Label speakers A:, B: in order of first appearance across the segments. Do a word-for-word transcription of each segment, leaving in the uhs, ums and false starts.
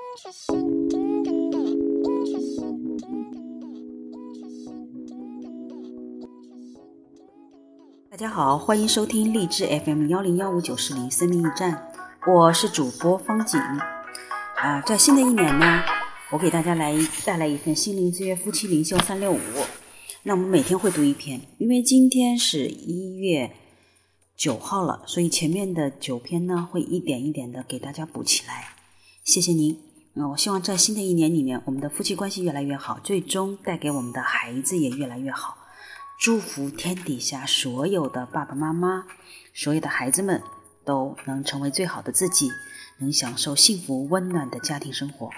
A: 大家好，欢迎收听荔枝 F M 一零一五九四零生命驿站，我是主播方景。啊，在新的一年呢，我给大家来带来一份心灵之约夫妻灵修三六五。那我们每天会读一篇，因为今天是一月九号了，所以前面的九篇呢会一点一点的给大家补起来。谢谢您。嗯，我希望在新的一年里面，我们的夫妻关系越来越好，最终带给我们的孩子也越来越好。祝福天底下所有的爸爸妈妈，所有的孩子们都能成为最好的自己，能享受幸福温暖的家庭生活。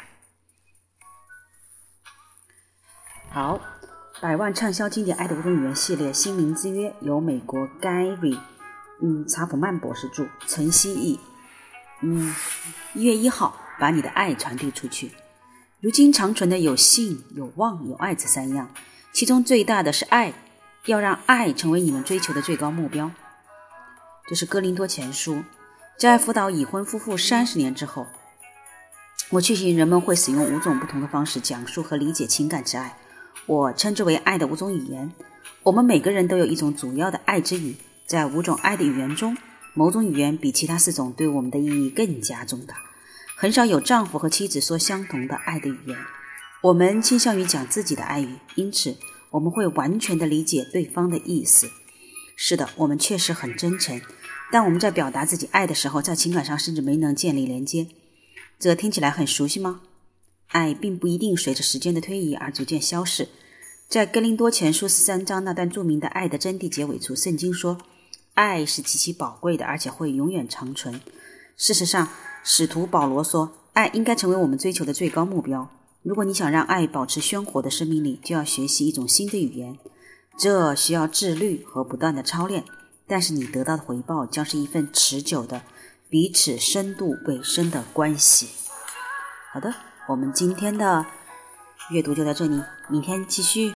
A: 好，百万畅销经典爱的五种语言系列心灵之约，由美国 Gary 嗯查普曼博士著，陈希义。嗯，一月一号，把你的爱传递出去。如今长存的有信、有望、有爱这三样，其中最大的是爱，要让爱成为你们追求的最高目标。这是哥林多前书。在辅导已婚夫妇三十年之后，我确信人们会使用五种不同的方式讲述和理解情感之爱，我称之为爱的五种语言。我们每个人都有一种主要的爱之语，在五种爱的语言中，某种语言比其他四种对我们的意义更加重大。很少有丈夫和妻子说相同的爱的语言，我们倾向于讲自己的爱语，因此我们会完全的理解对方的意思。是的，我们确实很真诚，但我们在表达自己爱的时候，在情感上甚至没能建立连接。这听起来很熟悉吗？爱并不一定随着时间的推移而逐渐消逝。在哥林多前书十三章那段著名的爱的真谛结尾处，圣经说，爱是极其宝贵的，而且会永远长存。事实上，使徒保罗说，爱应该成为我们追求的最高目标。如果你想让爱保持鲜活的生命力，就要学习一种新的语言，这需要自律和不断的操练，但是你得到的回报将是一份持久的彼此深度尾声的关系。好的，我们今天的阅读就到这里，明天继续。